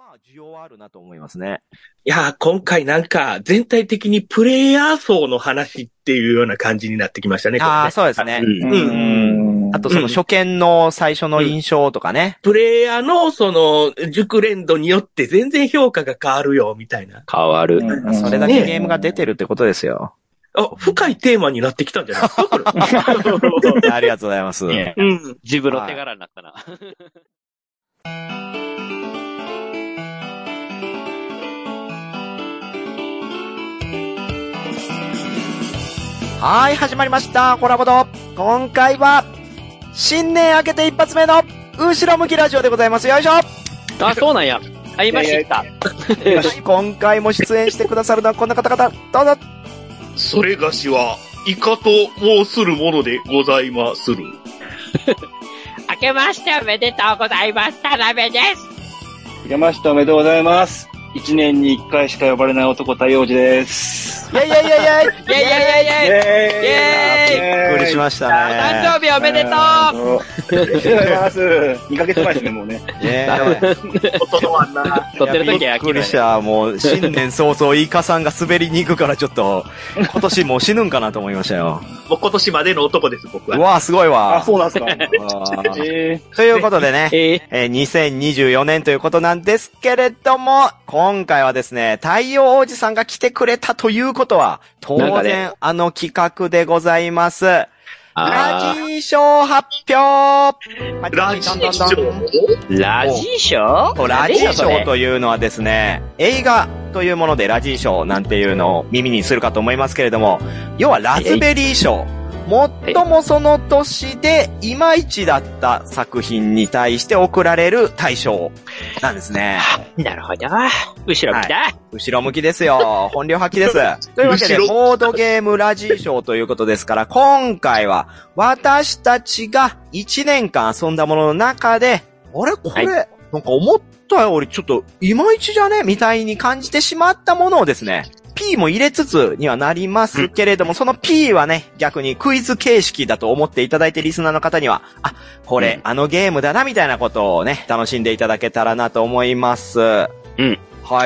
あ、需要はあるなと思いますね。 いやー、今回なんか、全体的にプレイヤー層の話っていうような感じになってきましたね。 ああ、そうですね。あとその初見の最初の印象とかね。 プレイヤーのその、熟練度によって全然評価が変わるよ、みたいな。 変わる。 それだけゲームが出てるってことですよ。 あ、深いテーマになってきたんじゃないですかこれ。 ありがとうございます。 自分の手柄になったな。 はい、始まりました。コラボド。今回は、新年明けて一発目の、後ろ向きラジオでございます。よいしょ。 あ、そうなんや。あ、今知った。 今回も出演してくださるのはこんな方々、どうぞ。 それがしは、イカと申するものでございまする。 明けましておめでとうございます。田辺です。 明けましておめでとうございます。一年に一回しか呼ばれない男、太陽寺です。 イェイイェイイェイイェイイェイイェイイェイイェイイェイイェイイェイびっくりしましたね。 お誕生日おめでとう。 ありがとうございます。2ヶ月前ですね、もうね。 音のあんな。 撮ってる時はびっくりした。もう、新年早々、イカさんが滑りに行くからちょっと、今年もう死ぬんかなと思いましたよ。 もう今年までの男です、僕は。 うわぁ、すごいわ。 あ、そうなんですか。 ということでね、2024年ということなんですけれども、今回はですね、太陽王子さんが来てくれたということは、当然、あの企画でございます。ラジー賞発表。 ラジー賞ラジー賞ラジー賞というのはですね、映画というものでラジー賞なんていうのを耳にするかと思いますけれども、要はラズベリー賞。最もその年でいまいちだった作品に対して贈られる大賞なんですね。 なるほど。後ろ向きだ。 後ろ向きですよ。本領発揮です。というわけで、ボードゲームラジー賞ということですから、今回は私たちが1年間遊んだものの中で、あれこれ、なんか思ったよりちょっといまいちじゃねみたいに感じてしまったものをですね、P も入れつつにはなりますけれども、その P はね、逆にクイズ形式だと思っていただいてリスナーの方には、あ、これ、あのゲームだな、みたいなことをね、楽しんでいただけたらなと思います。はい、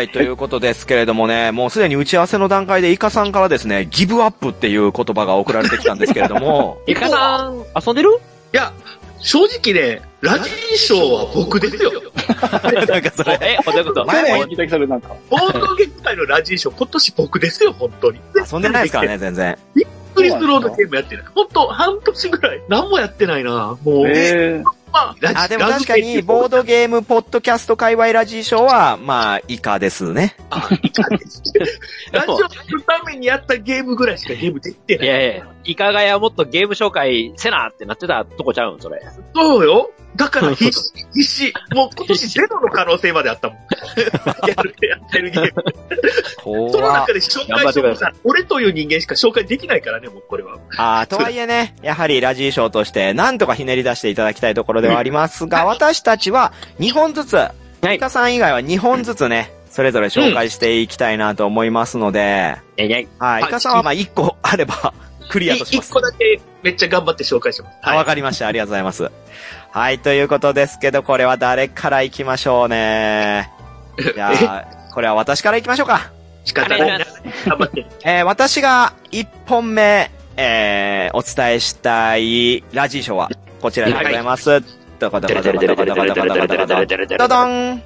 ということですけれどもね、もうすでに打ち合わせの段階でイカさんからですね、ギブアップっていう言葉が送られてきたんですけれども。 イカさん、遊んでる？ いや、正直ね、ラジー賞は僕ですよ。 なんかそれ。 どういうこと去年言ってきたけどなんか。 ボードゲーム界のラジー賞、今年僕ですよ、本当に。 遊んでないですからね、全然。 びっくりするほどゲームやってない。本当、半年ぐらい、何もやってないな、もう。 あ、でも確かに、ボードゲームポッドキャスト界隈ラジー賞は、まあ、イカですね。 イカです。ラジオするためにやったゲームぐらいしかゲームできてない。 いやいや、イカがやもっとゲーム紹介せなってなってたとこちゃうん、それ。 そうよ。だから必死。もう今年ゼロの可能性まであったもん。やってるゲーム。その中で紹介してもさ、俺という人間しか紹介できないからね、もうこれは。 とはいえね、やはりラジー賞として、なんとかひねり出していただきたいところではありますが、私たちは2本ずつ、イカさん以外は2本ずつね、それぞれ紹介していきたいなと思いますので、はい、イカさんはまあ1個あれば、クリアとします。 1個だけめっちゃ頑張って紹介します。 はい。わかりました。ありがとうございます。はい、ということですけど、これは誰から行きましょうね。じゃあ、これは私から行きましょうか。 仕方ないな。頑張って。 私が1本目、お伝えしたいラジー賞は、こちらでございます。どこどこどこどこどこどこどこどこどこどこどどん。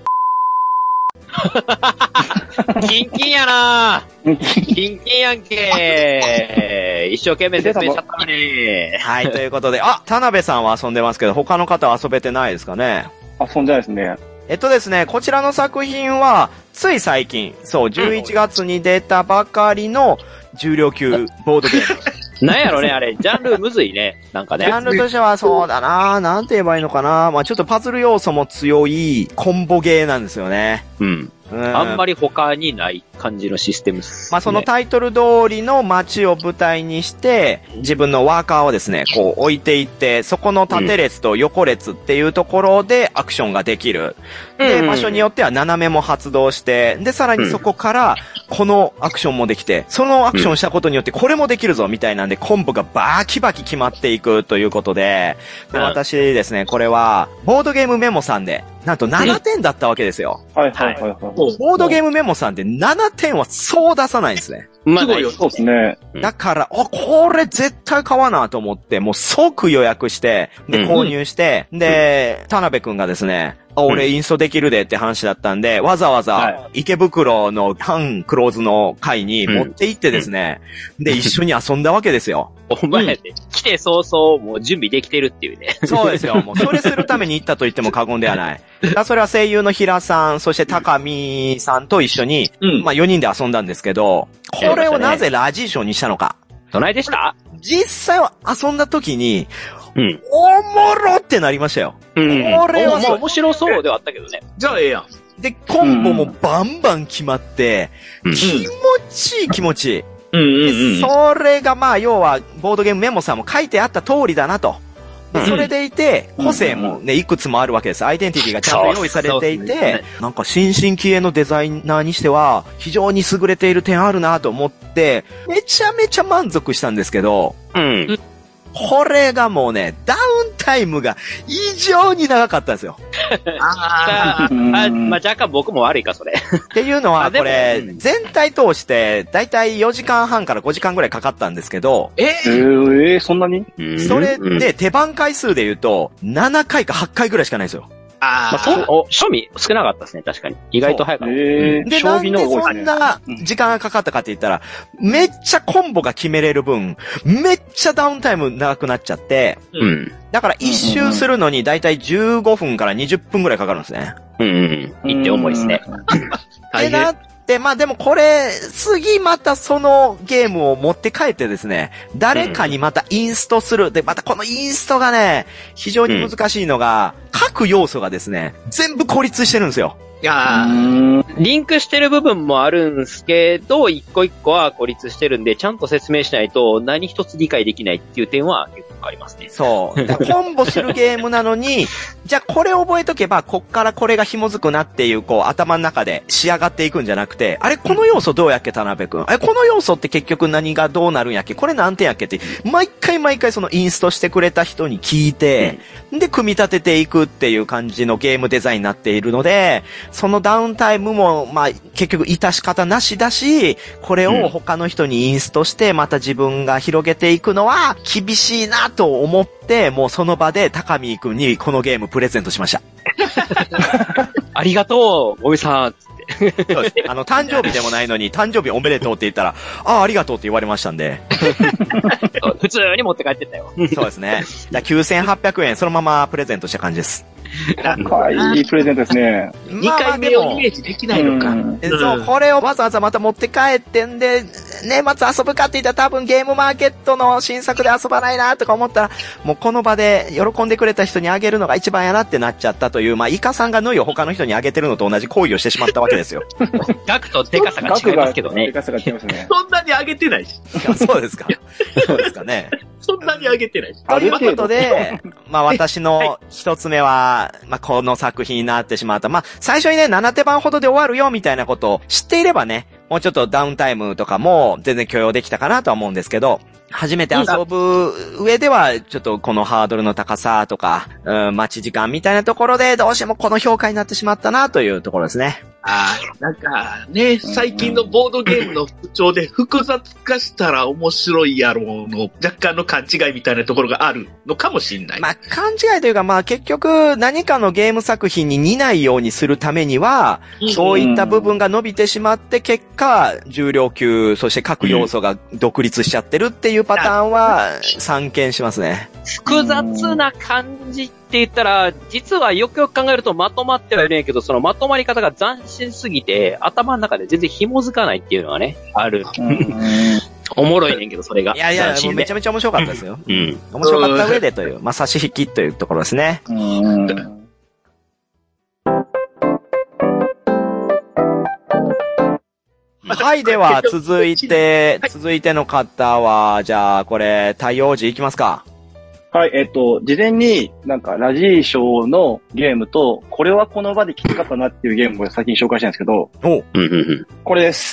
キンキンやなキンキンやんけ一生懸命説明しちゃったね。 はい、ということで、田辺さんは遊んでますけど、他の方は遊べてないですかね？ 遊んでないですね。 ですね、こちらの作品は、つい最近、そう、11月に出たばかりの重量級ボードゲーム。 なんやろね、あれ、ジャンルむずいね。なんかね。 ジャンルとしてはそうだな、なんて言えばいいのかな。まあちょっとパズル要素も強いコンボゲーなんですよね。 あんまり他にない感じのシステム、ね。 まあそのタイトル通りの街を舞台にして、自分のワーカーをですね、こう置いていって、そこの縦列と横列っていうところでアクションができる。で、場所によっては斜めも発動して、で、さらにそこからこのアクションもできて、そのアクションしたことによってこれもできるぞみたいなんで、コンボがバキバキ決まっていくということで、私ですね、これは、ボードゲームメモさんで、なんと7点だったわけですよ。 はいはいはいはい。 ボードゲームメモさんで7点はそう出さないんですね。 まあ、 すごいよ。 そうですね。 だから、これ絶対買わなと思って、もう即予約して、で、購入して、で、田辺くんがですね、俺インストできるでって話だったんで、わざわざ池袋の半クローズの会に持って行ってですね、で、一緒に遊んだわけですよ。 お前ね、来て早々、もう準備できてるっていうね。 そうですよ。もうそれするために行ったと言っても過言ではない。それは声優の平さん、そして高見さんと一緒に、まあ4人で遊んだんですけど、これをなぜラジーショーにしたのか。 どないでした？ 実際は遊んだ時に、おもろってなりましたよ。これは面白そうではあったけどね。 じゃあええやん。 で、コンボもバンバン決まって、気持ちいい気持ちいい。それがまあ要はボードゲームメモさんも書いてあった通りだなと。それでいて、個性もね、いくつもあるわけです。アイデンティティがちゃんと用意されていて、なんか新進気鋭のデザイナーにしては、非常に優れている点あるなと思って、めちゃめちゃ満足したんですけど、これがもうね、ダウンタイムが異常に長かったんですよ。 まあ若干僕も悪いか、それ。 っていうのは、これ、全体通して、だいたい4時間半から5時間ぐらいかかったんですけど、 そんなに？ それで手番回数で言うと、7回か8回ぐらいしかないんですよ。 庶民少なかったですね、確かに。意外と早かった。 で、なんでそんな時間がかかったかって言ったら、めっちゃコンボが決めれる分、めっちゃダウンタイム長くなっちゃって、だから一周するのにだいたい15分から20分ぐらいかかるんですね。 言って重いですね。 ってなって、まあでもこれ、次またそのゲームを持って帰ってですね、誰かにまたインストする。で、またこのインストがね、非常に難しいのが、各要素がですね、全部孤立してるんですよ。 リンクしてる部分もあるんですけど、一個一個は孤立してるんで、ちゃんと説明しないと何一つ理解できないっていう点は結構ありますね。 そう。コンボするゲームなのに、じゃあこれ覚えとけば、こっからこれが紐づくなっていう、こう頭の中で仕上がっていくんじゃなくて、あれこの要素どうやっけ田辺くん。あれこの要素って結局何がどうなるんやっけこれ何点やっけって、毎回そのインストしてくれた人に聞いて、で、組み立てていくっていう感じのゲームデザインになっているので、そのダウンタイムも、まあ、結局、致し方なしだし、これを他の人にインストして、また自分が広げていくのは、厳しいなと思って、もうその場で高見くんにこのゲームプレゼントしました。 ありがとう、おみさん。 そうです。誕生日でもないのに、誕生日おめでとうって言ったら、ありがとうって言われましたんで。 普通に持って帰ってったよ。 そうですね。9800円、そのままプレゼントした感じです。 いいプレゼントですね。 2回目をイメージできないのか。 そう、これをわざわざまた持って帰ってんで、年末遊ぶかって言ったら多分ゲームマーケットの新作で遊ばないなとか思ったら、もうこの場で喜んでくれた人にあげるのが一番やなってなっちゃったという、まあ、イカさんがノイを他の人にあげてるのと同じ行為をしてしまったわけですよ。 額とデカさが違いますけどね。 デカさが違いますね。 そんなにあげてないし。 そうですか。そうですかね。 そんなにあげてないし。 ということで、まあ私の一つ目は、まあこの作品になってしまった。まあ最初にね、7手番ほどで終わるよみたいなことを知っていればね、もうちょっとダウンタイムとかも全然許容できたかなとは思うんですけど、初めて遊ぶ上では、ちょっとこのハードルの高さとか、待ち時間みたいなところで、どうしてもこの評価になってしまったなというところですね。 なんかね、最近のボードゲームの不調で複雑化したら面白いやろうの若干の勘違いみたいなところがあるのかもしれない。 まあ、勘違いというか、まあ結局何かのゲーム作品に似ないようにするためには、そういった部分が伸びてしまって結果、重量級、そして各要素が独立しちゃってるっていうパターンは散見しますね。 複雑な感じって言ったら、実はよくよく考えるとまとまってはいるんやけど、そのまとまり方が斬新すぎて、頭の中で全然紐づかないっていうのはね、ある。おもろいねんけど、それが。 いや、もうめちゃめちゃ面白かったですよ。面白かった上でという、まあ、差し引きというところですね。はい、では、続いての方は、じゃあ、これ、太陽寺いきますか。 はい、事前になんかラジーショーのゲームと、これはこの場できつかったなっていうゲームを先に紹介したんですけど、これです。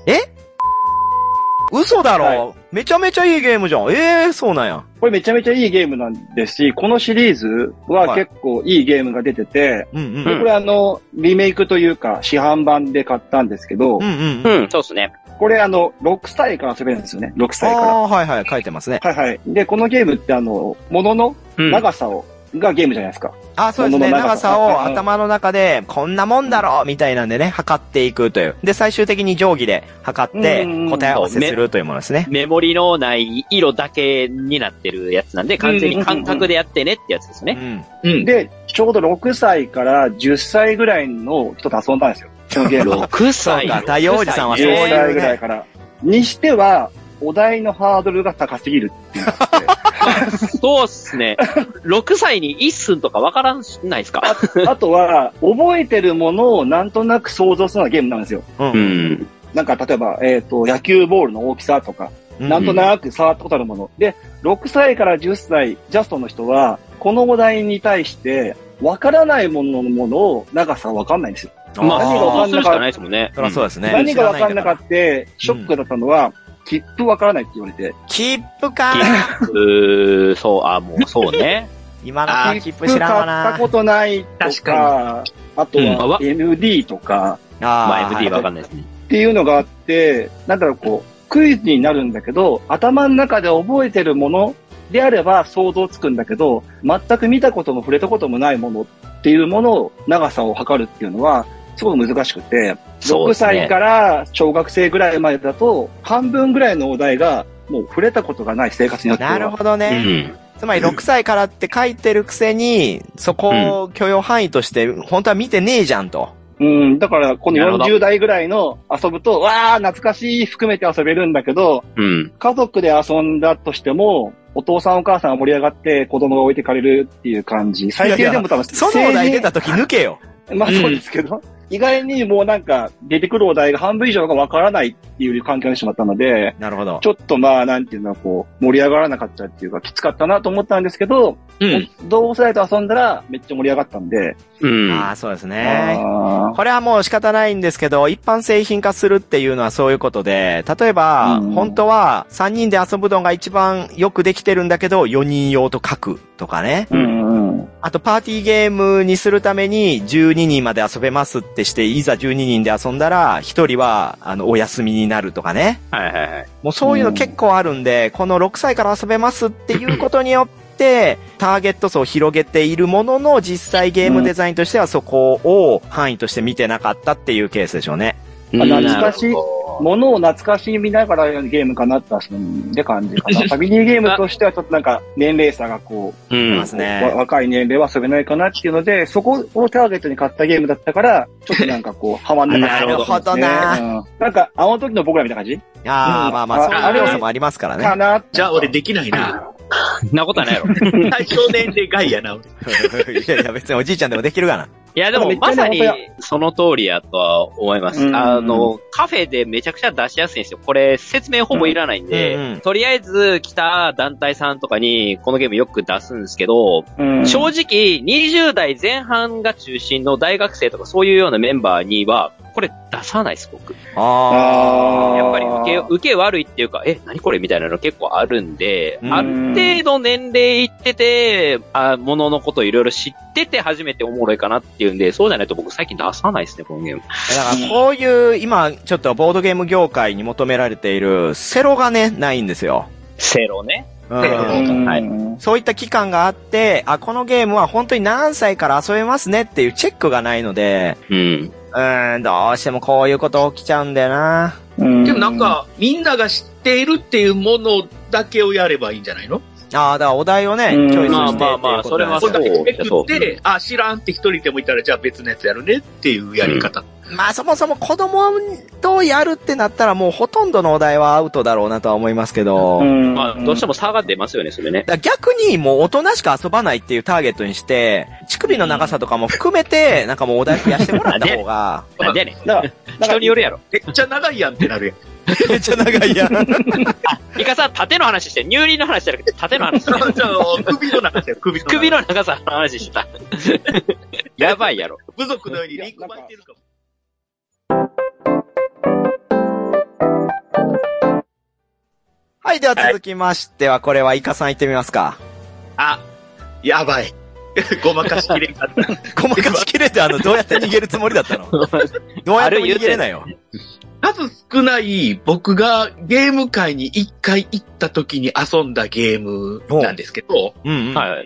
嘘だろ、 はい、 めちゃめちゃいいゲームじゃん。そうなんや。 これめちゃめちゃいいゲームなんですし、このシリーズは結構いいゲームが出てて、 うんうん。 でこれリメイクというか、市販版で買ったんですけど、 そうですね。 これ6歳から遊べるんですよね。6歳から。 はいはい、書いてますね。 はいはい。で、このゲームってものの長さがゲームじゃないですか。 そうですね。長さを頭の中で、こんなもんだろうみたいなんでね、測っていくという。で、最終的に定規で測って、答え合わせするというものですね。 メモリのない色だけになってるやつなんで、完全に感覚でやってねってやつですね。 で、ちょうど6歳から10歳ぐらいの人と遊んだんですよ。このゲーム。 6歳か。太陽おじさんはそういう、 10歳ぐらいから。にしては、お題のハードルが高すぎるっていうのがあって。 そうっすね。6歳に一寸とかわからないですか？ あとは、覚えてるものをなんとなく想像するようなゲームなんですよ。なんか、例えば、野球ボールの大きさとか、なんとなく触ったことあるもの。で、6歳から10歳、ジャストの人は、このお題に対して、わからないものの長さはわかんないんですよ。 何がわかんなかった。 そうですね。 何がわかんなかった、ショックだったのは、切符わからないって言われて。 切符か。 そう、もうそうね。 今の切符知らんわな。 買ったことないとか、あとは MD とか。 MD わかんないですね。 っていうのがあって、なんだろう、クイズになるんだけど、頭の中で覚えてるものであれば想像つくんだけど、全く見たことも触れたこともないものっていうものを長さを測るっていうのは、すごく難しくて、6歳から小学生ぐらいまでだと、半分ぐらいのお題がもう触れたことがない生活になってる。 なるほどね。つまり6歳からって書いてるくせに、そこを許容範囲として、本当は見てねえじゃんと。 だから、この40代ぐらいの遊ぶと、わー、懐かしい含めて遊べるんだけど、家族で遊んだとしても、お父さんお母さんが盛り上がって子供が置いてかれるっていう感じ。最低でも多分、 そのお題出た時抜けよ。 まあそうですけど、意外にもうなんか出てくるお題が半分以上がわからないっていう環境にしまったので、 なるほど。 ちょっとなんていうの盛り上がらなかったっていうかきつかったなと思ったんですけど、同世代と遊んだらめっちゃ盛り上がったんで。 そうですね。これはもう仕方ないんですけど、一般製品化するっていうのはそういうことで、例えば、本当は3人で遊ぶのが一番よくできてるんだけど、4人用と書くとかね。あとパーティーゲームにするために12人まで遊べますってして、いざ12人で遊んだら、1人は、お休みになるとかね。もうそういうの結構あるんで、この6歳から遊べますっていうことによって、ターゲット層を広げているものの、実際ゲームデザインとしてはそこを範囲として見てなかったっていうケースでしょうね。 懐かしい。ものを懐かしみながらやるゲームかなって感じかな。ファミリーゲームとしてはちょっとなんか年齢差がますね。 若い年齢は遊べないかなっていうので、そこをターゲットに買ったゲームだったから、ちょっとなんかハマんなかった、 なるほどな。 なんかあの時の僕らみたいな感じ？ まあ、そういう要素もありますからね。 かな。じゃあ俺できないな。 なことはないやろ。 対象年齢外やな、 俺。いや別におじいちゃんでもできるがな。 いや、でもまさにその通りやとは思います。カフェでめちゃくちゃ出しやすいんですよ。これ説明ほぼいらないんで、とりあえず来た団体さんとかにこのゲームよく出すんですけど、正直20代前半が中心の大学生とかそういうようなメンバーには、これ出さないです、僕。やっぱり受け悪いっていうか、何これみたいなの結構あるんで、ある程度年齢いってて、もののこといろいろ知ってて初めておもろいかなっていうんで、そうじゃないと僕最近出さないですね、このゲーム。 だからこういう、今ちょっとボードゲーム業界に求められているセロがね、ないんですよ。 セロね。 そういった期間があって、このゲームは本当に何歳から遊べますねっていうチェックがないので、どうしてもこういうこと起きちゃうんだよな。 でもなんか、みんなが知っているっていうものだけをやればいいんじゃないの？ だからお題をね、チョイスしてまあ、それはそうで、知らんって一人でもいたら、じゃあ別のやつやるねっていうやり方。 まあそもそも子供とやるってなったらもうほとんどのお題はアウトだろうなとは思いますけど。 まあどうしても差が出ますよね、それね。 逆にもう大人しか遊ばないっていうターゲットにして、乳首の長さとかも含めて、なんかもうお題増やしてもらった方が。 なんでやねん。人によるやろ。 めっちゃ長いやんってなるやん。 めっちゃ長いやん。 イカさん、縦の話して、乳輪の話じゃなくて縦の話して。 首の長さよ、 首の長さの話してた。やばいやろ。 部族のようにリンク巻いてるかも。 はい、では続きましては、これはイカさん行ってみますか。 あ、やばい。ごまかしきれんかった。 ごまかしきれってどうやって逃げるつもりだったの？どうやっても逃げれないよ。 数少ない僕がゲーム界に一回行った時に遊んだゲームなんですけど、 うんうん、 はい。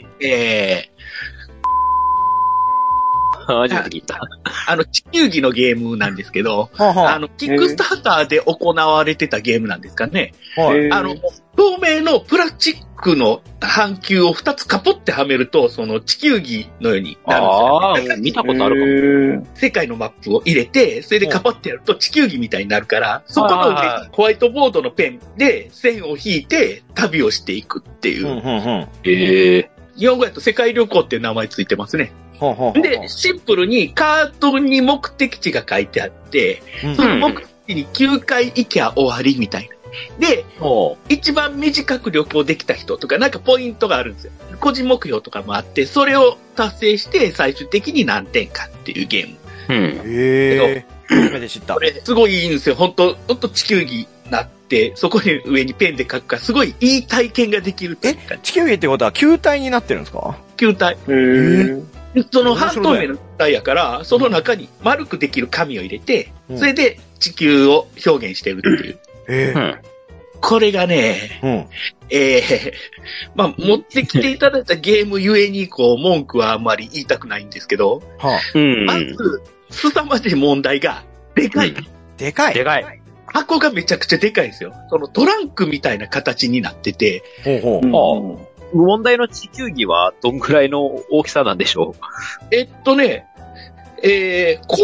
初めて聞いた。 地球儀のゲームなんですけど、キックスターターで行われてたゲームなんですかね。透明のプラスチックの半球を2つカポってはめると、その地球儀のようになるんですよ。 見たことあるかも。 世界のマップを入れて、それでカポってやると地球儀みたいになるから、そこの上にホワイトボードのペンで線を引いて旅をしていくっていう。日本語やと世界旅行っていう名前ついてますね。で、シンプルにカートに目的地が書いてあって、その目的地に9回行きゃ終わりみたいな。で、一番短く旅行できた人とか、なんかポイントがあるんですよ。個人目標とかもあって、それを達成して最終的に何点かっていうゲーム。 初めて知った。 これすごいいいんですよ。本当地球儀になって、そこに上にペンで書くから、すごいいい体験ができる。 地球儀ってことは球体になってるんですか？ 球体。その半透明の体やから、その中に丸くできる紙を入れて、それで地球を表現してるっていう。これがね、まあ、持ってきていただいたゲームゆえに、文句はあんまり言いたくないんですけど、まず、凄まじい問題が、でかい。 でかい。 箱がめちゃくちゃでかいんですよ。そのトランクみたいな形になってて、 問題の地球儀はどんぐらいの大きさなんでしょう？ こ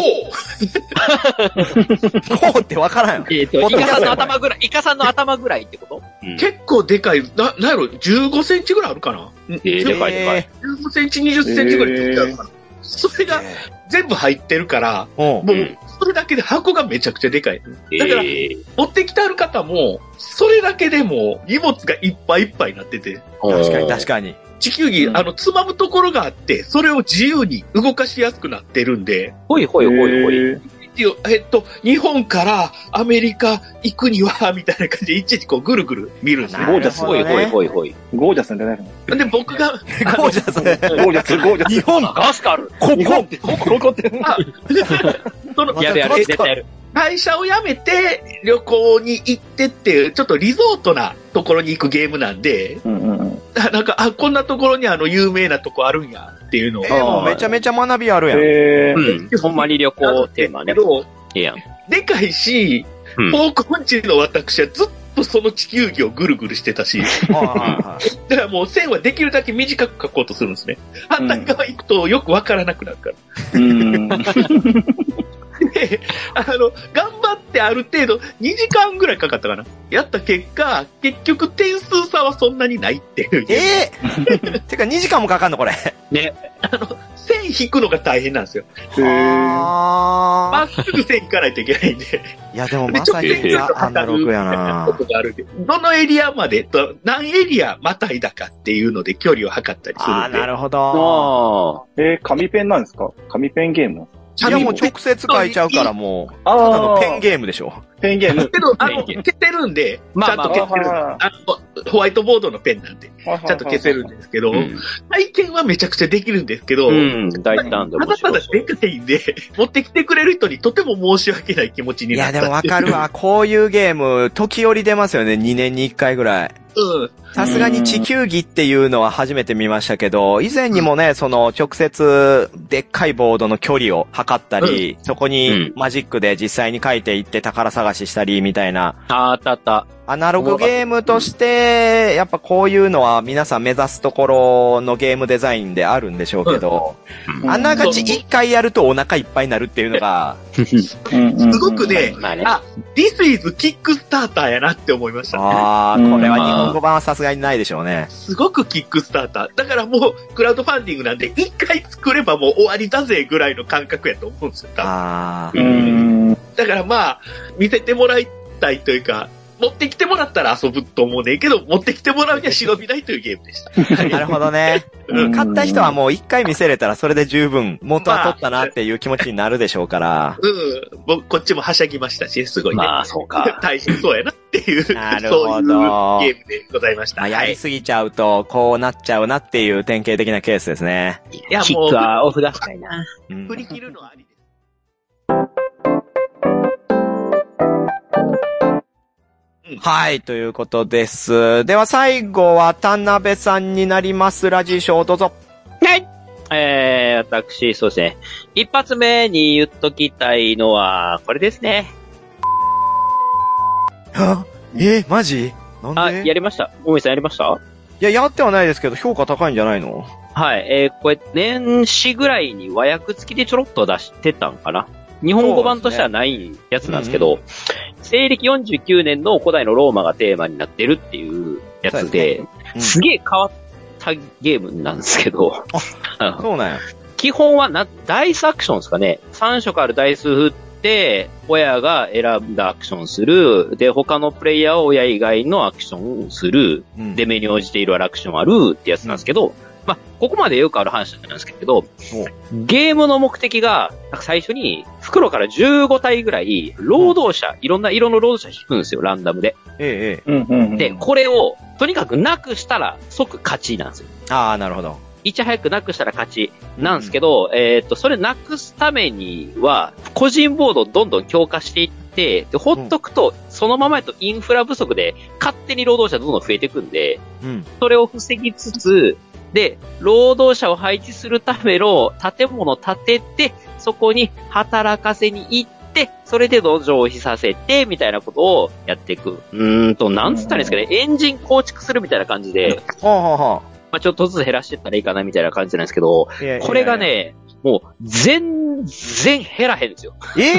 うってわからんよ。 イカさんの頭ぐらい、イカさんの頭ぐらいってこと？ 結構でかい。なんやろ、15センチぐらいあるかな？ でかいでかい。 15センチ、20センチぐらいあるかな。それが全部入ってるから、もう、それだけで箱がめちゃくちゃでかい。だから、持ってきてある方も、それだけでも荷物がいっぱいいっぱいになってて。 確かに。 地球儀、つまむところがあって、それを自由に動かしやすくなってるんで。 ほい。 日本からアメリカ行くには、みたいな感じでいちいちぐるぐる見るんですね。 ゴージャス。 ほい。 ゴージャスなんじゃないの？ で、僕が、 ゴージャス。日本ガスカル。 ここって。 やる。 会社を辞めて旅行に行ってって、ちょっとリゾートなところに行くゲームなんで、なんか、こんなところに有名なとこあるんやっていうのを。 もうめちゃめちゃ学びあるやん。 ほんまに旅行テーマね。いいやん。 でかいし、方向地の私はずっとその地球儀をぐるぐるしてたし、だからもう線はできるだけ短く書こうとするんですね。反対側行くとよくわからなくなるから。で、頑張ってある程度2時間ぐらいかかったかな。やった結果、結局点数差はそんなにないっていう。 てか2時間もかかんのこれ。 ね。線引くのが大変なんですよ。まっすぐ線引かないといけないんで。 いやでもまさにアナログやな。 どのエリアまでと何エリアまたいだかっていうので距離を測ったりするんで。 なるほど。 紙ペンなんですか？紙ペンゲーム？ いやもう直接書いちゃうからもう、ただのペンゲームでしょ。 ペンゲーム。 けど、消せるんで、ちゃんと消せる。ホワイトボードのペンなんで、ちゃんと消せるんですけど、体験はめちゃくちゃできるんですけど、 大胆でただただでかいんで、持ってきてくれる人にとても申し訳ない気持ちになった。 いやでもわかるわ。こういうゲーム、時折出ますよね。2年に1回ぐらい。さすがに地球儀っていうのは初めて見ましたけど、以前にもね、その直接でっかいボードの距離を測ったり、そこにマジックで実際に書いていって宝探ししたりみたいな。 あった。 アナログゲームとして、やっぱこういうのは皆さん目指すところのゲームデザインであるんでしょうけど、あながち一回やるとお腹いっぱいになるっていうのが、 すごくね、This is Kickstarter やなって思いましたね。 これは日本語版はさすがにないでしょうね。 すごくキックスターター。だからもう、クラウドファンディングなんで、一回作ればもう終わりだぜぐらいの感覚やと思うんですよ。だからまあ、見せてもらいたいというか、 持ってきてもらったら遊ぶと思うねんけど、持ってきてもらうには忍びないというゲームでした。 なるほどね。買った人はもう一回見せれたらそれで十分元は取ったなっていう気持ちになるでしょうから。 僕、こっちもはしゃぎましたし、すごいね。 まあ、そうか。 大変そうやなっていう、 なるほど。 そういうゲームでございました。 やりすぎちゃうと、こうなっちゃうなっていう典型的なケースですね。 いや、キックはオフ出したいな。 振り切るのはありです。 はい、ということです。では最後は田辺さんになります。ラジーショーどうぞ。 はい。私、そうですね。一発目に言っときたいのは、これですね。 マジなんで？ やりました。もみさんやりました？ いや、やってはないですけど、評価高いんじゃないの？ はい。これ、年始ぐらいに和訳付きでちょろっと出してたんかな。日本語版としてはないやつなんですけど、西暦49年の古代のローマがテーマになってるっていうやつで、すげえ変わったゲームなんですけど、 そうなんや。 基本はダイスアクションですかね。3色あるダイス振って、親が選んだアクションする。で、他のプレイヤーは親以外のアクションをする。で、目に応じていろいろアクションあるってやつなんですけど、まあ、ここまでよくある話なんですけど、ゲームの目的が、最初に袋から15体ぐらい、労働者、いろんな色の労働者引くんですよ、ランダムで。で、これを、とにかくなくしたら即勝ちなんですよ。 ああ、なるほど。 いち早くなくしたら勝ちなんですけど、それなくすためには、個人ボードをどんどん強化していって、で、ほっとくと、そのままやとインフラ不足で、勝手に労働者どんどん増えていくんで、それを防ぎつつ、で、労働者を配置するための建物を建てて、そこに働かせに行って、それで土壌を費させて、みたいなことをやっていく。なんつったらいいんですかね、エンジン構築するみたいな感じで、まあちょっとずつ減らしていったらいいかなみたいな感じなんですけど、これがね、もう全然減らへんですよ。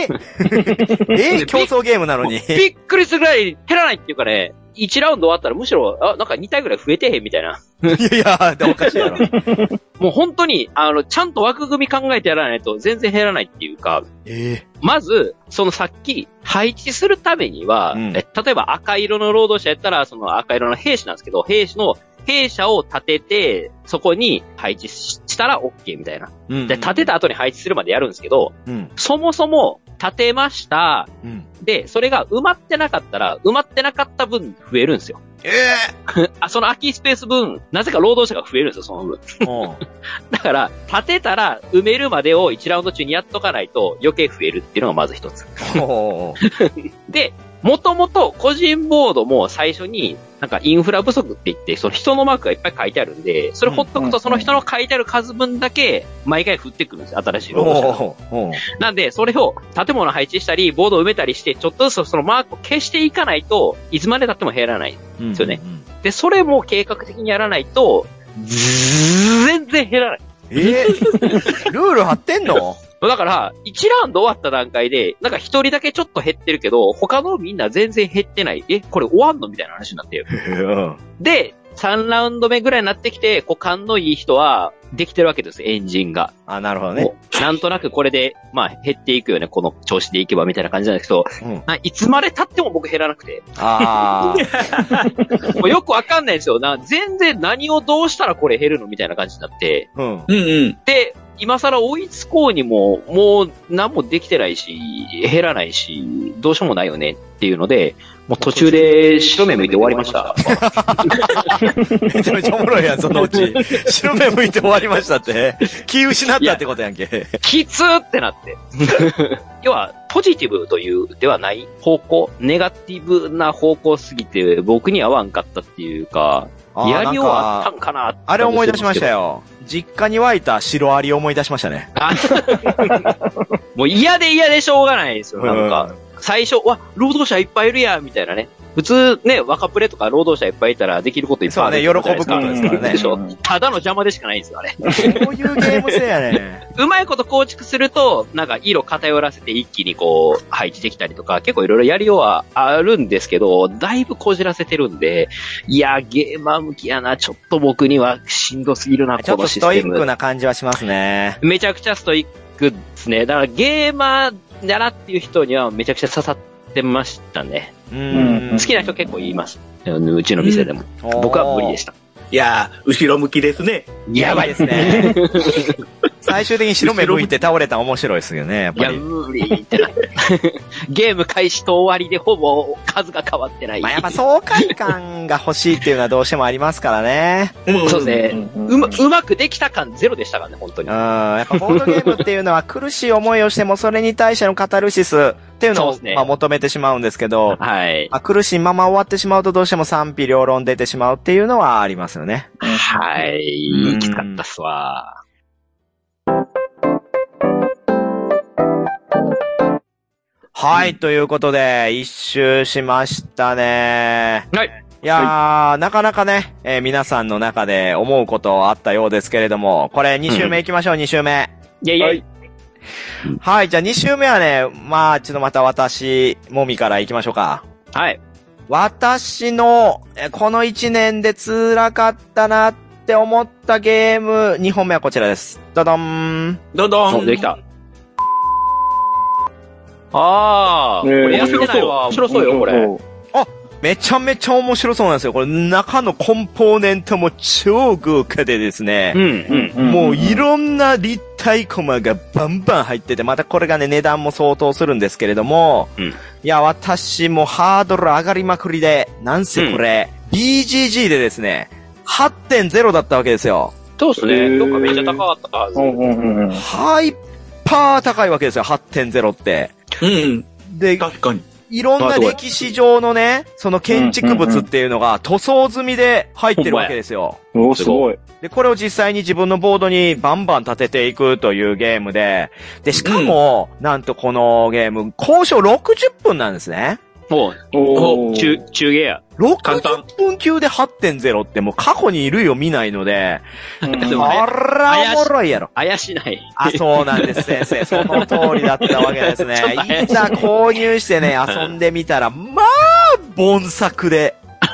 競争ゲームなのに。 びっくりするぐらい減らないっていうかね、1ラウンド終わったらむしろ、なんか2体ぐらい増えてへんみたいな。 いや、おかしいやろ。 もう本当に、ちゃんと枠組み考えてやらないと全然減らないっていうか、まず、そのさっき配置するためには、例えば赤色の労働者やったら、その赤色の兵士なんですけど、兵舎を建てて、そこに配置したら OK みたいな。で、建てた後に配置するまでやるんですけど、そもそも建てました。で、それが埋まってなかったら、埋まってなかった分増えるんですよ。その空きスペース分、なぜか労働者が増えるんですよ、その分。だから、建てたら埋めるまでを1ラウンド中にやっとかないと余計増えるっていうのがまず一つ。で、もともと個人ボードも最初になんかインフラ不足って言って、その人のマークがいっぱい書いてあるんで、それほっとくとその人の書いてある数分だけ毎回降ってくるんですよ、新しい労働者が。なんで、それを建物配置したり、ボードを埋めたりして、ちょっとずつそのマークを消していかないといつまで経っても減らないんですよね。で、それも計画的にやらないと、全然減らない。 ルール張ってんの？ だから、1ラウンド終わった段階で、なんか一人だけちょっと減ってるけど、他のみんな全然減ってない。これ終わんのみたいな話になってる。で、3ラウンド目ぐらいになってきて、勘のいい人は、できてるわけです、エンジンが。 なるほどね。 なんとなくこれで、まあ、減っていくよね、この調子でいけば、みたいな感じなんですけど、いつまで経っても僕減らなくて。もうよくわかんないんですよ。全然何をどうしたらこれ減るのみたいな感じになって。で、今更追いつこうにも、もう何もできてないし、減らないし、どうしようもないよねっていうので、もう途中で白目向いて終わりました。 めちゃめちゃおもろいやん、そのうち。白目向いて終わりましたって。気失ったってことやんけ。 きつーってなって。要は、ポジティブというではない方向、ネガティブな方向すぎて僕に合わんかったっていうか、やりようあったんかなって。 あれ思い出しましたよ。実家に湧いた白アリを思い出しましたね。 もう嫌でしょうがないですよ、なんか。最初、労働者いっぱいいるや、みたいなね。普通ね、若プレとか労働者いっぱいいたらできることいっぱいある。 そうね、喜ぶことですからね。 でしょ。ただの邪魔でしかないんですよ、あれ。 そういうゲーム性やね。 うまいこと構築すると、なんか色偏らせて一気にこう、配置できたりとか、結構いろいろやりようはあるんですけど、だいぶこじらせてるんで、いや、ゲーマー向きやな、ちょっと僕にはしんどすぎるな、このシステム。ちょっとストイックな感じはしますね。 めちゃくちゃストイックですね。だからゲーマーだなっていう人にはめちゃくちゃ刺さっってましたね。 好きな人結構います。うちの店でも。僕は無理でした。 いやー、後ろ向きですね。 やばいですね。最終的に白目向いて倒れたら面白いですよね、やっぱり。 いや、無理ってな。ゲーム開始と終わりでほぼ数が変わってない。 まあ、やっぱ爽快感が欲しいっていうのはどうしてもありますからね。 そうですね。うまくできた感ゼロでしたからね、本当に。 やっぱボードゲームっていうのは苦しい思いをしてもそれに対してのカタルシスっていうのをまあ求めてしまうんですけど、 はい。 苦しいまま終わってしまうとどうしても賛否両論出てしまうっていうのはありますよね。 はい。きつかったっすわ。 はい、ということで、一周しましたね。 はい。 いやー、なかなかね、皆さんの中で思うことあったようですけれども、これ2周目行きましょう、2周目。 イェイイェイ。 はい、じゃあ2周目はね、まあ、ちょっとまた私、もみから行きましょうか。 はい。 私の、この1年で辛かったなって思ったゲーム、2本目はこちらです。どどん。 どどん。 できた。これやってないわ。面白そうよ、これ。 めちゃめちゃ面白そうなんですよ。これ中のコンポーネントも超豪華でですね。もういろんな立体コマがバンバン入ってて、またこれがね、値段も相当するんですけれども、いや、私もハードル上がりまくりで、なんせこれ、BGG でですね、8.0 だったわけですよ。 そうですね。どっかめっちゃ高かったはず。 ハイパー高いわけですよ、8.0 って。で、 確かに。 いろんな歴史上のね、その建築物っていうのが塗装済みで入ってるわけですよ。 すごい。 で、これを実際に自分のボードにバンバン立てていくというゲームで、で、しかも、なんとこのゲーム、交渉60分なんですね。 中ゲーや。 60分級で 8.0 ってもう過去にいるよ見ないので、こらおもろいやろ。 怪しない。 そうなんです、先生。その通りだったわけですね。いざ購入してね、遊んでみたら、まあ、盆作で。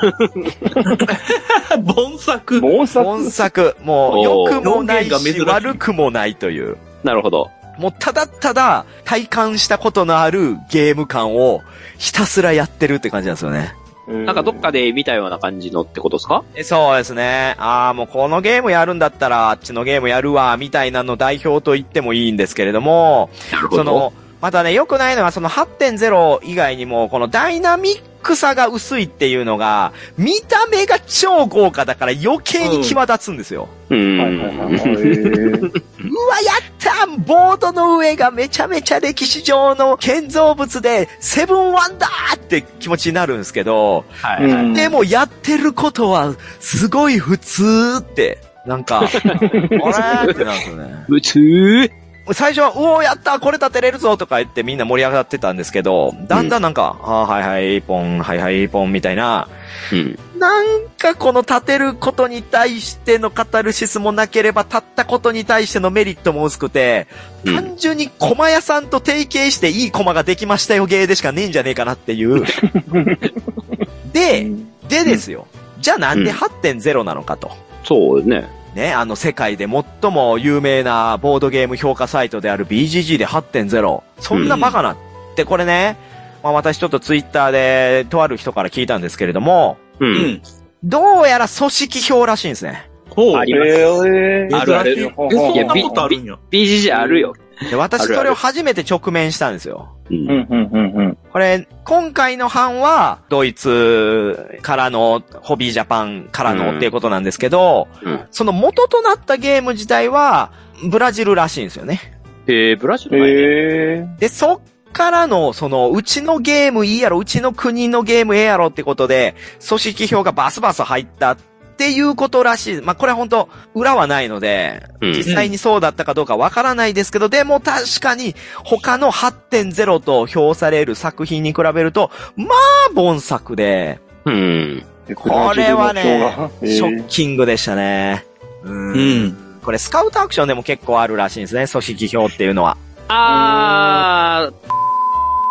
盆作。 もう、良くもないし、悪くもないという。 なるほど。 もうただただ体感したことのあるゲーム感をひたすらやってるって感じなんですよね。 なんかどっかで見たような感じのってことですか？ そうですね。もうこのゲームやるんだったらあっちのゲームやるわ、みたいなの代表と言ってもいいんですけれども、またね、良くないのはその 8.0 以外にも、このダイナミックさが薄いっていうのが、見た目が超豪華だから余計に際立つんですよ。うわ、やったボードの上がめちゃめちゃ歴史上の建造物で、セブンワンダーって気持ちになるんですけど、でもやってることはすごい普通って、なんか、あれってなんですよね。 普通最初は、うおーやったこれ立てれるぞとか言ってみんな盛り上がってたんですけど、だんだんなんか、はいはいポン、はいはいポンみたいな、なんかこの立てることに対してのカタルシスもなければ立ったことに対してのメリットも薄くて、単純に駒屋さんと提携していい駒ができましたよゲーでしかねえんじゃねえかなっていう。でですよ。じゃあなんで 8.0 なのかと。 そうね。 ね、世界で最も有名なボードゲーム評価サイトである BGG で 8.0。そんなバカなってこれね、まあ私ちょっとツイッターでとある人から聞いたんですけれども、どうやら組織票らしいんですね。 あります。あるある。 そんなことあるんや。 BGG あるよ。 で私それを初めて直面したんですよ。これ、今回の版は、ドイツからの、ホビージャパンからのっていうことなんですけど、その元となったゲーム自体は、ブラジルらしいんですよね。 ブラジルで、そっからの、うちのゲームいいやろ、うちの国のゲームええやろってことで、組織票がバスバス入ったっていうことらしい。まあ、これは本当裏はないので、実際にそうだったかどうかわからないですけど、でも確かに他の 8.0 と評される作品に比べると、まあ、凡作で、これはね、ショッキングでしたね。これスカウトアクションでも結構あるらしいんですね、組織票っていうのは。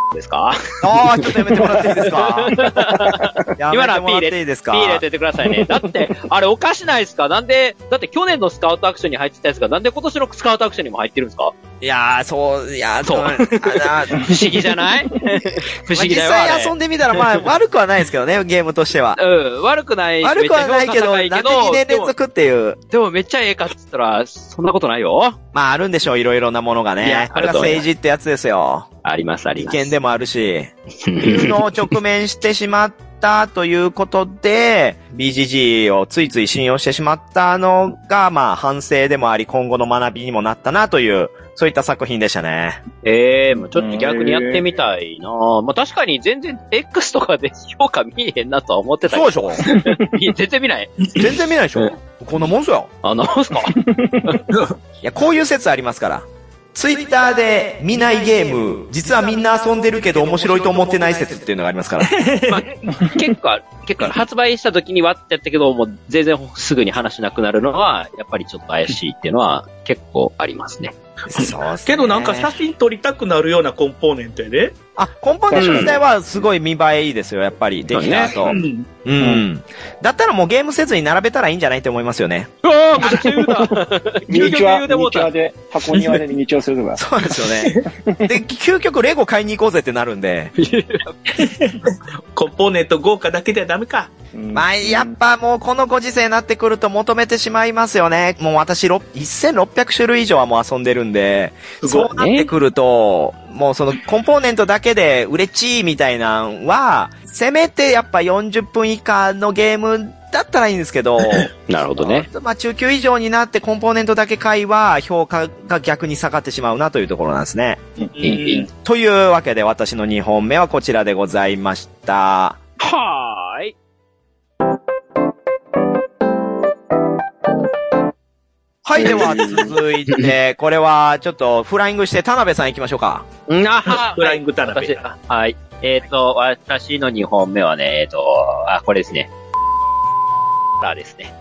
ですか？ ああ、ちょっとやめてもらっていいですか？やめてもらっていいですか？ ピー入れててくださいね。だって、あれおかしないですか？なんで、だって去年のスカウトアクションに入ってたやつがなんで今年のスカウトアクションにも入ってるんですか？ いやー、そう、 不思議じゃない？不思議だよ。 実際遊んでみたら、まあ、悪くはないですけどね、ゲームとしては。 うん、悪くない。 悪くはないけど、なんで2年連続っていう。 でもめっちゃええかって言ったら、そんなことないよ。 まあ、あるんでしょう、いろいろなものがね。これが政治ってやつですよ。 あります、あります。 危険でもあるし、いうのを直面してしまったということで、BGG をついつい信用してしまったのが、まあ、反省でもあり、今後の学びにもなったなという、そういった作品でしたね。 もうちょっと逆にやってみたいなまあ確かに全然 X とかで評価見えへんなとは思ってたけど。 そうでしょ全然見ない。 全然見ないでしょこんなもんすよ。 なんすかいや、こういう説ありますから。ツイッターで見ないゲーム、実はみんな遊んでるけど面白いと思ってない説っていうのがありますから。 まあ、結構発売した時にわってやったけど、もう全然すぐに話なくなるのは、やっぱりちょっと怪しいっていうのは結構ありますね。 そうですね。 けどなんか写真撮りたくなるようなコンポーネントやで。 コンポーネント自体はすごい見栄えいいですよ、やっぱり。できた後。うん。だったらもうゲームせずに並べたらいいんじゃないって思いますよね。 うわぁ、めっちゃ言うだ。 ミニチュアで、箱庭でミニチュアするとか。 そうですよね。で、究極レゴ買いに行こうぜってなるんで。 コンポーネント豪華だけではダメか。 まあ、やっぱもうこのご時世になってくると求めてしまいますよね。もう私1600種類以上はもう遊んでるんで、そうなってくると、もうそのコンポーネントだけで売れちいみたいなのは、せめてやっぱ40分以下のゲームだったらいいんですけど、 なるほどね。 まあ中級以上になってコンポーネントだけ買いは評価が逆に下がってしまうなというところなんですね。というわけで私の2本目はこちらでございました。 はーい。 はい、では続いて、これはちょっとフライングして田辺さん行きましょうか。 フライング田辺。 はい。私の2本目はね、これですね。ですね。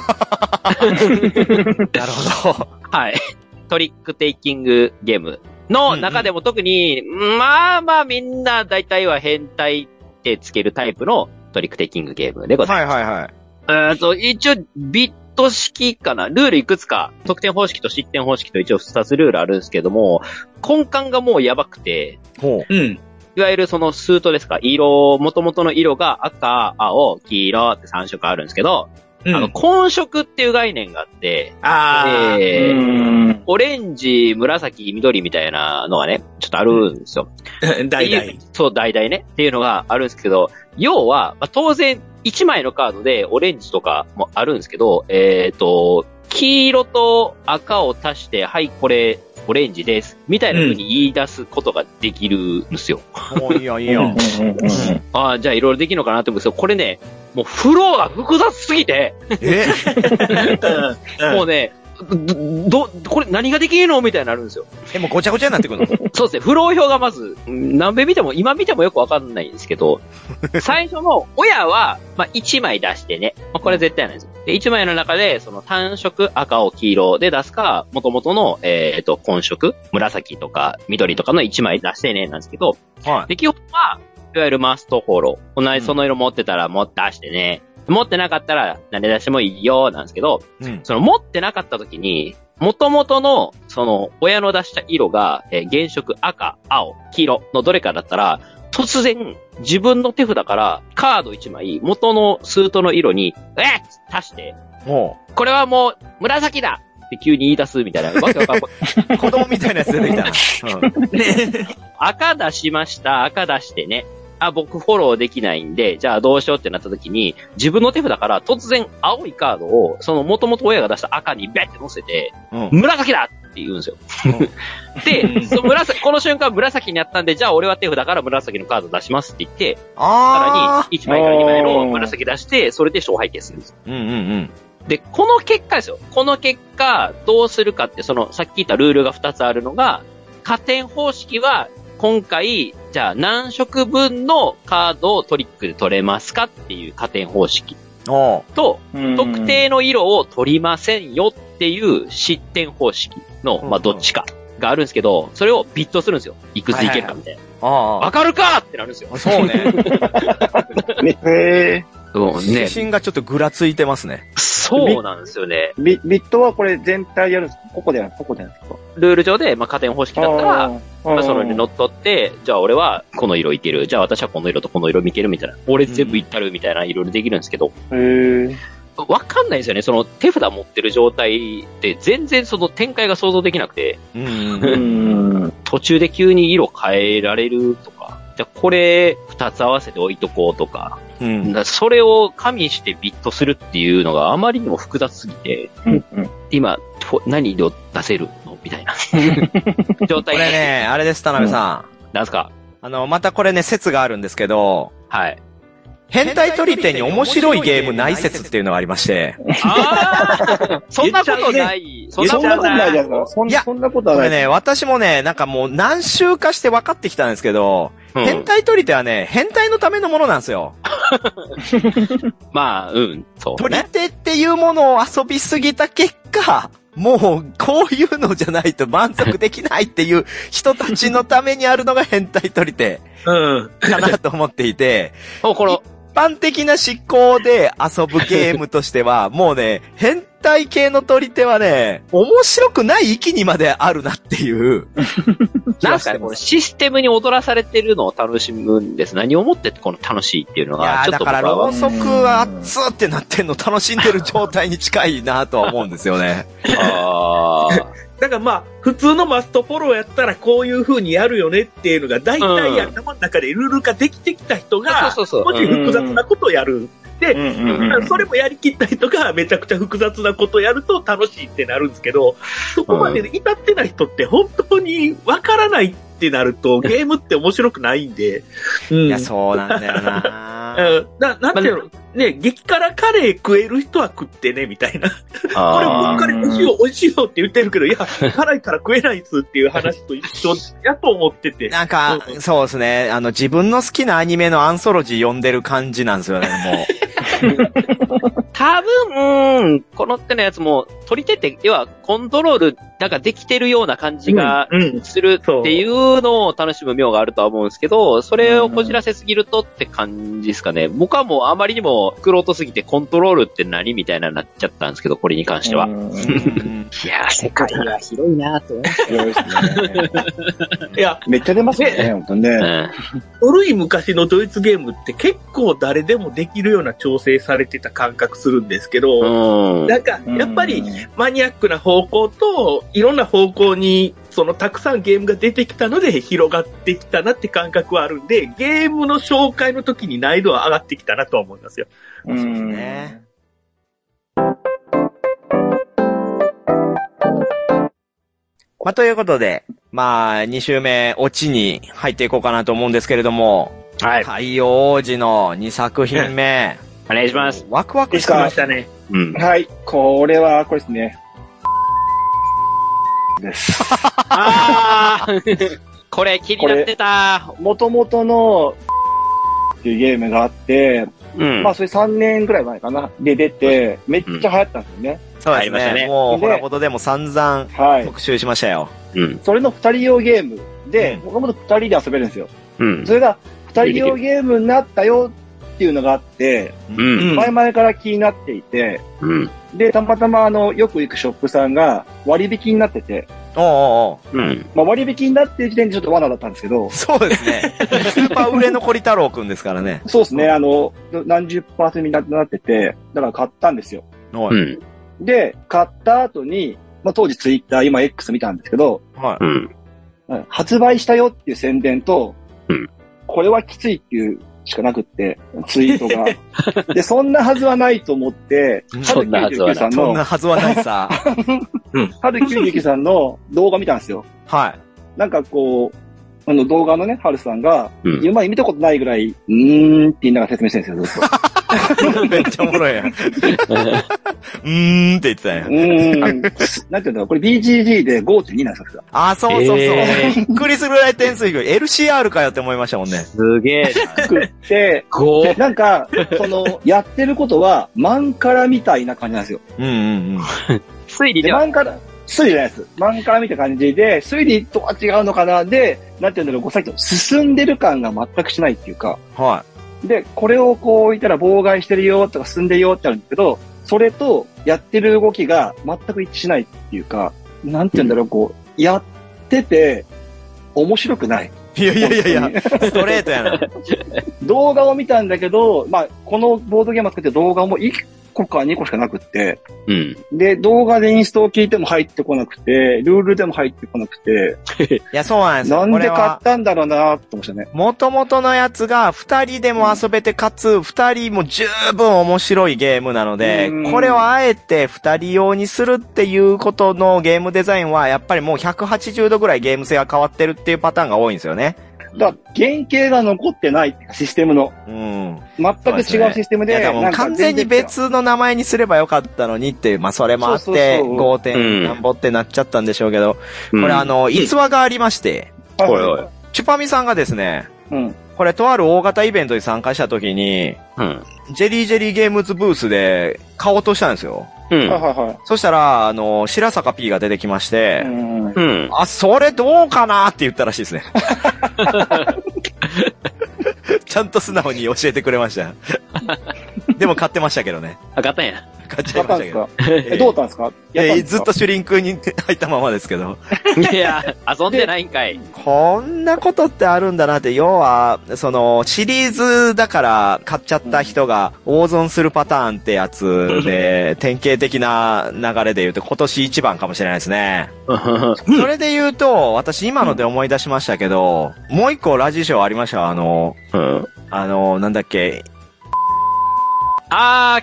なるほど。 はい。トリックテイキングゲームの中でも特に、まあみんな大体は変態ってつけるタイプのトリックテイキングゲームでございます。 はい。 一応、ビット式かな。ルールいくつか、得点方式と失点方式と一応2つルールあるんですけども、根幹がもうやばくて、いわゆるそのスートですか、元々の色が赤、青、黄色って3色あるんですけど、混色っていう概念があって、オレンジ、紫、緑みたいなのがね、ちょっとあるんですよ。そう、代々ね。っていうのがあるんですけど、要は、当然、1枚のカードでオレンジとかもあるんですけど、黄色と赤を足して、はい、これ、オレンジです。みたいな風に言い出すことができるんですよ。 いいよ、いいよ。 じゃあいろいろできるのかなって思うんですけど、これね、もうフローが複雑すぎて、もうね、これ何ができるのみたいになるんですよ。 もうごちゃごちゃになってくるの？ そうですね。フロー表がまず、今見てもよくわかんないんですけど、最初の親は、1枚出してね。これ絶対なんですよ。で、1枚の中で、その単色、赤を黄色で出すか、元々の、混色、紫とか緑とかの1枚出してね、なんですけど、で、基本は、いわゆるマストフォロー。同じその色持ってたら出してね。持ってなかったら何で出してもいいよ、なんですけど、その持ってなかった時に、元々の、その、親の出した色が、原色赤、青、黄色のどれかだったら、突然、自分の手札からカード1枚、元のスートの色に、足して、これはもう、紫だって急に言い出すみたいな。わけわかんない。 子供みたいなやつ出てきたな。 赤出しました、赤出してね。僕フォローできないんで、じゃあどうしようってなった時に、自分の手札から突然青いカードを、その元々親が出した赤にベッて乗せて、紫だって言うんですよ。で、この瞬間紫になったんで、じゃあ俺は手札から紫のカード出しますって言って、さらに1枚から2枚の紫出して、それで勝敗決するんですよ。で、この結果ですよ。この結果、どうするかって、さっき言ったルールが2つあるのが、加点方式は、今回、じゃあ何色分のカードをトリックで取れますかっていう加点方式と、特定の色を取りませんよっていう失点方式の、どっちかがあるんですけど、それをビットするんですよ。いくついけるかみたいな。 わかるかってなるんですよ。 そうね。 そうね。 自信がちょっとぐらついてますね。 そうなんですよね。 ビットはこれ全体やるんですか？ここでやるんですか？ ルール上で、加点方式だったら、そのに乗っ取って、じゃあ俺はこの色いける。じゃあ私はこの色とこの色見けるみたいな。俺全部いったるみたいな、いろいろできるんですけど。わかんないですよね。その手札持ってる状態で全然その展開が想像できなくて。途中で急に色変えられるとか。じゃあこれ二つ合わせて置いとこうとか。それを加味してビットするっていうのがあまりにも複雑すぎて。今、何色出せるのみたいな状態。 これね、あれです、田辺さん。なんすか？ またこれね、説があるんですけど。 はい。 変態取り手に面白いゲームない説っていうのがありまして。 そんなことない。 そんなことないじゃん。そんなことはない。 これね、私もね、なんかもう何週かして分かってきたんですけど、変態取り手はね、変態のためのものなんですよ。 そう、ね。 取り手っていうものを遊びすぎた結果、もう、こういうのじゃないと満足できないっていう人たちのためにあるのが変態取り手。かなと思っていて。一般的な思考で遊ぶゲームとしては、もうね、変態系の取り手はね、面白くない域にまであるなっていう。 なんかこのシステムに踊らされてるのを楽しむんです。何をもってこの楽しいっていうのが、ちょっとだからろうそくは熱ってなってんの楽しんでる状態に近いなとは思うんですよね。 だから普通のマストフォローやったらこういう風にやるよねっていうのが大体頭の中でルール化できてきた人が、もし複雑なことをやる。で、それもやりきった人がめちゃくちゃ複雑なことをやると楽しいってなるんですけど、そこまで至ってない人って本当にわからないってなるとゲームって面白くないんで。 いや、そうなんだよななんていうのね、激辛カレー食える人は食ってね、みたいな。これもカレー美味しいよって言ってるけど、いや、辛いから食えないっすっていう話と一緒やと思ってて。 なんか、そうですね。自分の好きなアニメのアンソロジー読んでる感じなんですよね、もう。 多分、この手のやつも、取り手って、要はコントロール、なんかできてるような感じがするっていうのを楽しむ妙があるとは思うんですけど、それをこじらせすぎるとって感じですかね。僕はもうあまりにも玄人すぎてコントロールって何みたいなになっちゃったんですけど、これに関しては。いやー、世界は広いなぁと思いますね。 いや、 めっちゃ出ますね、本当にね。 古い昔のドイツゲームって結構誰でもできるような調整されてた感覚するんですけど、なんか、やっぱりマニアックな方向と、いろんな方向に、たくさんゲームが出てきたので広がってきたなって感覚はあるんで、ゲームの紹介の時に難易度は上がってきたなとは思いますよ。 そうですね。ということで、2週目、オチに入っていこうかなと思うんですけれども、 はい。 太陽王子の2作品目。 お願いします。 ワクワクしてましたね。 はい。これですね。です。 これ気になってた。 元々のっていうゲームがあって、それ3年くらい前かな。で出て、めっちゃ流行ったんですよね。 そうですね。もう、ホラボドでも散々特集しましたよ。 それの2人用ゲームで、もともと2人で遊べるんですよ。それが2人用ゲームになったよっていうのがあって、前々から気になっていて、で、たまたまよく行くショップさんが割引になってて、割引になってる時点でちょっと罠だったんですけど。 そうですね。スーパー売れ残り太郎くんですからね。 そうですね。何十%になってて、だから買ったんですよ。で、買った後に、当時ツイッター、今 X 見たんですけど、発売したよっていう宣伝と、これはきついっていうしかなくって、ツイートが。で、そんなはずはないと思って、 そんなはずはない。 そんなはずはないさ。 春99さんの動画見たんですよ。 はい。 なんかこう、動画のね、春さんが、今まで見たことないぐらい、って言いながら説明してるんですよ、ずっと。 めっちゃおもろいやん。って言ってたやん。 なんていうんだろう、これ BGG で 5.2 なんですよ。 そう。びっくりするぐらい点数低い。LCR かよって思いましたもんね。 すげえ。 作って、なんか、やってることは、マンカラみたいな感じなんですよ。 推理では。 推理じゃないです。漫画から見た感じで、推理とは違うのかなで、なんていうんだろう、さっきの進んでる感が全くしないっていうか。 はで、これをこう言ったら妨害してるよとか進んでるよってあるんだけど、それとやってる動きが全く一致しないっていうか、なんていうんだろう、こう、やってて、面白くない。 い。いや、ストレートやな。 動画を見たんだけど、まあ、このボードゲームを作って動画も1個か2個しかなくって、 うん。 で、動画でインストを聞いても入ってこなくて、ルールでも入ってこなくて、 いや、そうなんですよ。 なんで買ったんだろうなって思いましたね。 元々のやつが2人でも遊べて、かつ2人も十分面白いゲームなので、これをあえて2人用にするっていうことのゲームデザインは、やっぱりもう180度ぐらいゲーム性が変わってるっていうパターンが多いんですよね。 だから原型が残ってないシステムの。 うん。 全く違うシステムで。 いや、もう完全に別の名前にすればよかったのにっていう、まあそれもあって、5. 点なんぼってなっちゃったんでしょうけど、これ逸話がありまして、チュパミさんがですね、これとある大型イベントに参加した時に、ジェリーゲームズブースで買おうとしたんですよ。そしたら、白坂 P が出てきまして、あ、それどうかなって言ったらしいですね。ちゃんと素直に教えてくれました。でも買ってましたけどね。 あ、買ったんや。 買っちゃいましたけど。 どうだったんですか？ ずっとシュリンクに入ったままですけど。 いや、遊んでないんかい。 こんなことってあるんだなって、要は、シリーズだから買っちゃった人が大損するパターンってやつで、典型的な流れで言うと今年一番かもしれないですね。それで言うと、私今ので思い出しましたけど、もう一個ラジショーありましたなんだっけ。 はい。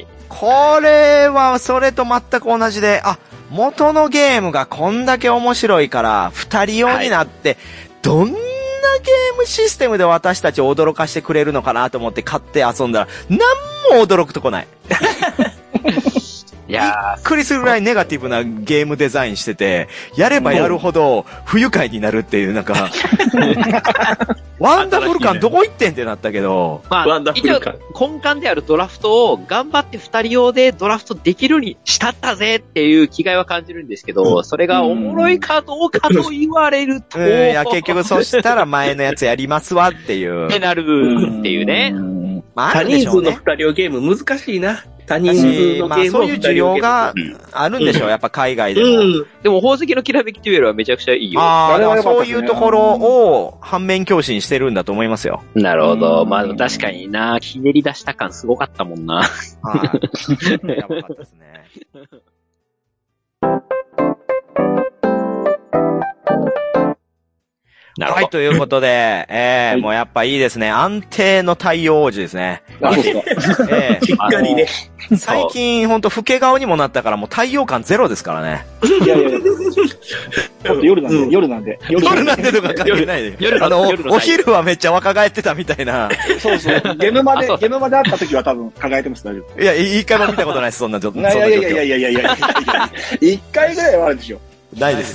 これは、それと全く同じで、元のゲームがこんだけ面白いから、二人用になって、どんなゲームシステムで私たちを驚かしてくれるのかなと思って買って遊んだら、何も驚くとこない。いやびっくりするぐらいネガティブなゲームデザインしてて、やればやるほど不愉快になるっていう、なんか、ワンダフル感どこ行ってんってなったけど、 まあ、一応根幹であるドラフトを頑張って二人用でドラフトできるにしたったぜっていう気概は感じるんですけど、それがおもろいかどうかと言われると。 いや、結局そしたら前のやつやりますわっていう。 ってなるっていうね。 まあ、多人数の二人用ゲーム難しいな。他人数のゲームを、 まあそういう需要があるんでしょう、やっぱ海外でも。 でも宝石のきらめきデュエルはめちゃくちゃいいよ。 そういうところを反面教師にしてるんだと思いますよ。 なるほど。まあ確かにな、ひねり出した感すごかったもんな。 はい。やばかったですね。はい、ということで、もうやっぱいいですね。安定の太陽王子ですね。 しっかりね。 最近ほんと老け顔にもなったからもう太陽感ゼロですからね。 いや。夜なんで。 夜なんでとか関係ないで。お昼はめっちゃ若返ってたみたいな。 そう。ゲームまで会った時は多分輝いてます、大丈夫。 いや、一回も見たことないです、そんな状況。 いや。一回ぐらいはあるでしょ。 ないです。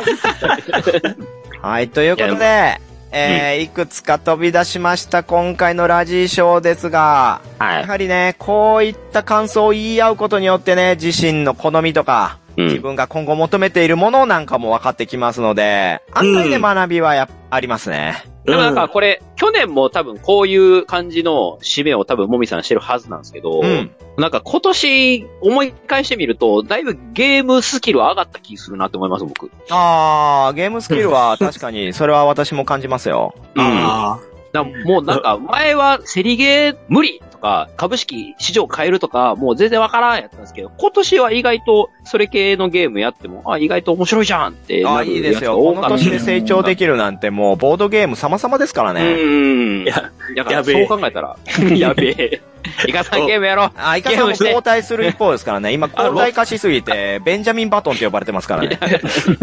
はい、ということで、いくつか飛び出しました今回のラジーショーですが、やはりね、こういった感想を言い合うことによってね、自身の好みとか、自分が今後求めているものなんかも分かってきますので、案外で学びはありますね。 でもなんかこれ、去年も多分こういう感じの締めを多分もみさんしてるはずなんですけど、なんか今年思い返してみると、だいぶゲームスキル上がった気するなって思います、僕。 ゲームスキルは確かに、それは私も感じますよ。 もうなんか前はセリゲー無理とか株式市場変えるとかもう全然わからんやったんですけど、今年は意外とそれ系のゲームやっても意外と面白いじゃんってなる。 いいですよ。この年で成長できるなんてもうボードゲーム様々ですからね。 いや、だからそう考えたらやべえ。イカさんゲームやろう。 イカさんも交代する一方ですからね。今交代化しすぎて、ベンジャミンバトンって呼ばれてますからね。 ア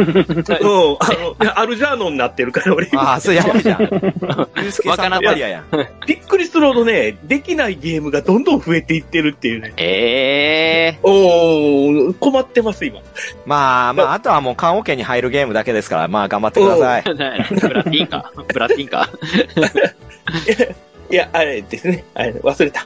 ルジャーノンになってるから俺。 それやばいじゃん。ユースケさんのバリアやん。 びっくりするほどね、できないゲームがどんどん増えていってるっていうね。困ってます今。 まあ、あとはもう缶オケに入るゲームだけですから、まあ頑張ってください。 ブラッティンか。 いや、あれですね。忘れた。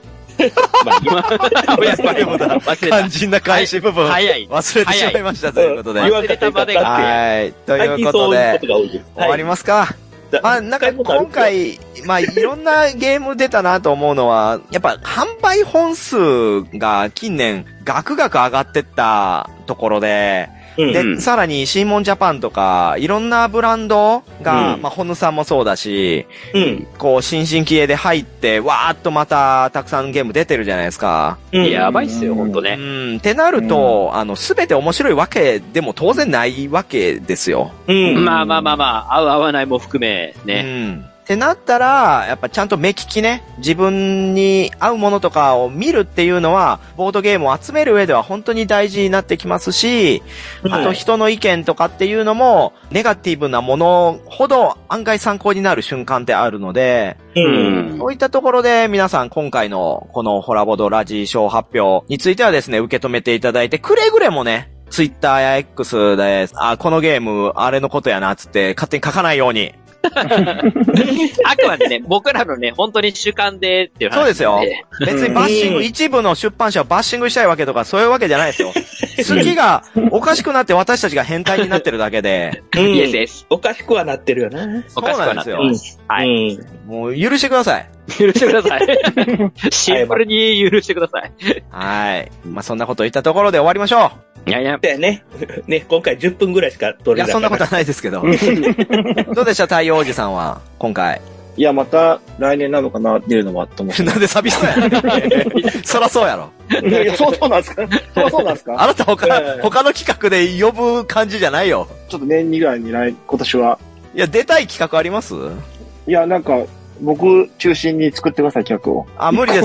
肝心な開始部分、忘れてしまいましたということで。 忘れたまでが。 はい。ということで、終わりますか。まあ、なんか今回、まあいろんなゲーム出たなと思うのは、やっぱ販売本数が近年ガクガク上がってったところで、で、さらにシーモンジャパンとか、いろんなブランドが、まあ、ホヌさんもそうだし、こう、新進気鋭で入って、わーっとまた、たくさんゲーム出てるじゃないですか。 やばいっすよ、ほんとね。 ってなると、すべて面白いわけでも当然ないわけですよ。 まあ、合う合わないも含め、ね。 ってなったら、やっぱちゃんと目利きね、自分に合うものとかを見るっていうのは、ボードゲームを集める上では本当に大事になってきますし、あと人の意見とかっていうのも、ネガティブなものほど案外参考になる瞬間ってあるので、そういったところで皆さん今回のこのホラボドラジー賞発表についてはですね、受け止めていただいて、くれぐれもね、ツイッターや X で、このゲーム、あれのことやな、つって勝手に書かないように。 あくまでね、僕らのね、本当に主観でっていう話。 そうですよ。別にバッシング、一部の出版社をバッシングしたいわけとか、そういうわけじゃないですよ。好きがおかしくなって私たちが変態になってるだけで。 イエスです。 おかしくはなってるよな。 おかしくはなってる。はい。 もう許してください。 許してください。シンプルに許してください。 はい。まあ、そんなこと言ったところで終わりましょう。いやいや。ね、今回10分ぐらいしか撮れない。 いや、そんなことはないですけど。どうでした太陽王子さんは、今回。 いや、また来年なのかな、出るのはと思って。 なんで寂しそうやねそらそうやろ。 いや、そうなんですかそうなんですかあなた他の企画で呼ぶ感じじゃないよ。 ちょっと年2ぐらいに今年は。 いや、出たい企画あります？ いや、なんか、僕中心に作ってください、企画を。 無理です。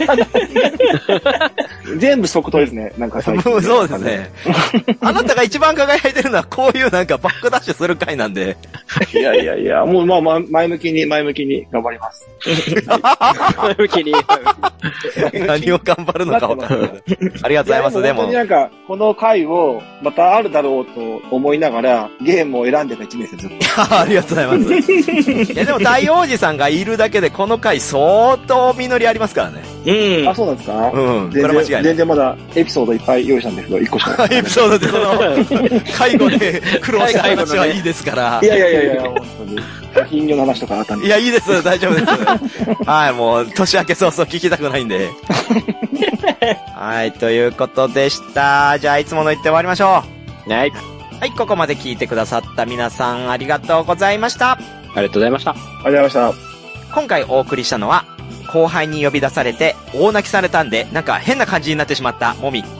全部即答ですね、なんか最近。 そうですね。あなたが一番輝いてるのはこういうなんかバックダッシュする回なんで。 いや、もうまあ前向きに頑張ります。 前向きに。 何を頑張るのか分からない。ありがとうございます、でも。 本当になんか、この回をまたあるだろうと思いながら、ゲームを選んでた1年生ずっと。 ありがとうございます。いや、でも太陽王子さんがいるだけでこの回相当実りありますからね。 あ、そうなんですか？ これ間違いない。 全然まだエピソードいっぱい用意したんですけど、1個しか。 エピソードで介護で苦労した話はいいですから。 いや、本当に。頻尿の話とかあったんで。 いや、いいです。大丈夫です。はい、もう、年明け早々聞きたくないんで。はい、ということでした。じゃあ、いつもの言って終わりましょう。 はい。 はい、ここまで聞いてくださった皆さん、ありがとうございました。 ありがとうございました。 ありがとうございました。 今回お送りしたのは、後輩に呼び出されて、大泣きされたんで、なんか変な感じになってしまったもみ。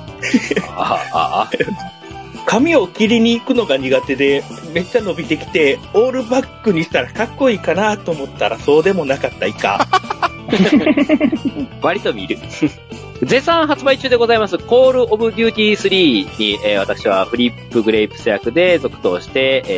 髪を切りに行くのが苦手で、めっちゃ伸びてきて、オールバックにしたらかっこいいかなと思ったら、そうでもなかったいか。 割と見る。絶賛発売中でございます、コールオブデューティー3に、私はフリップグレイプス役で続投して、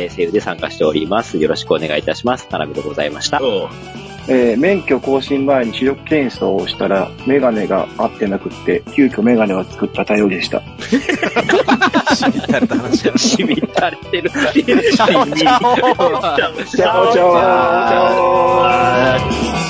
声優で参加しております。よろしくお願いいたします。田辺でございました。 免許更新前に視力検査をしたら、メガネが合ってなくって、急遽メガネを作った対応でした。 しみったれた話や。 しみったれてる。チャオチャオ。 チャオチャオ。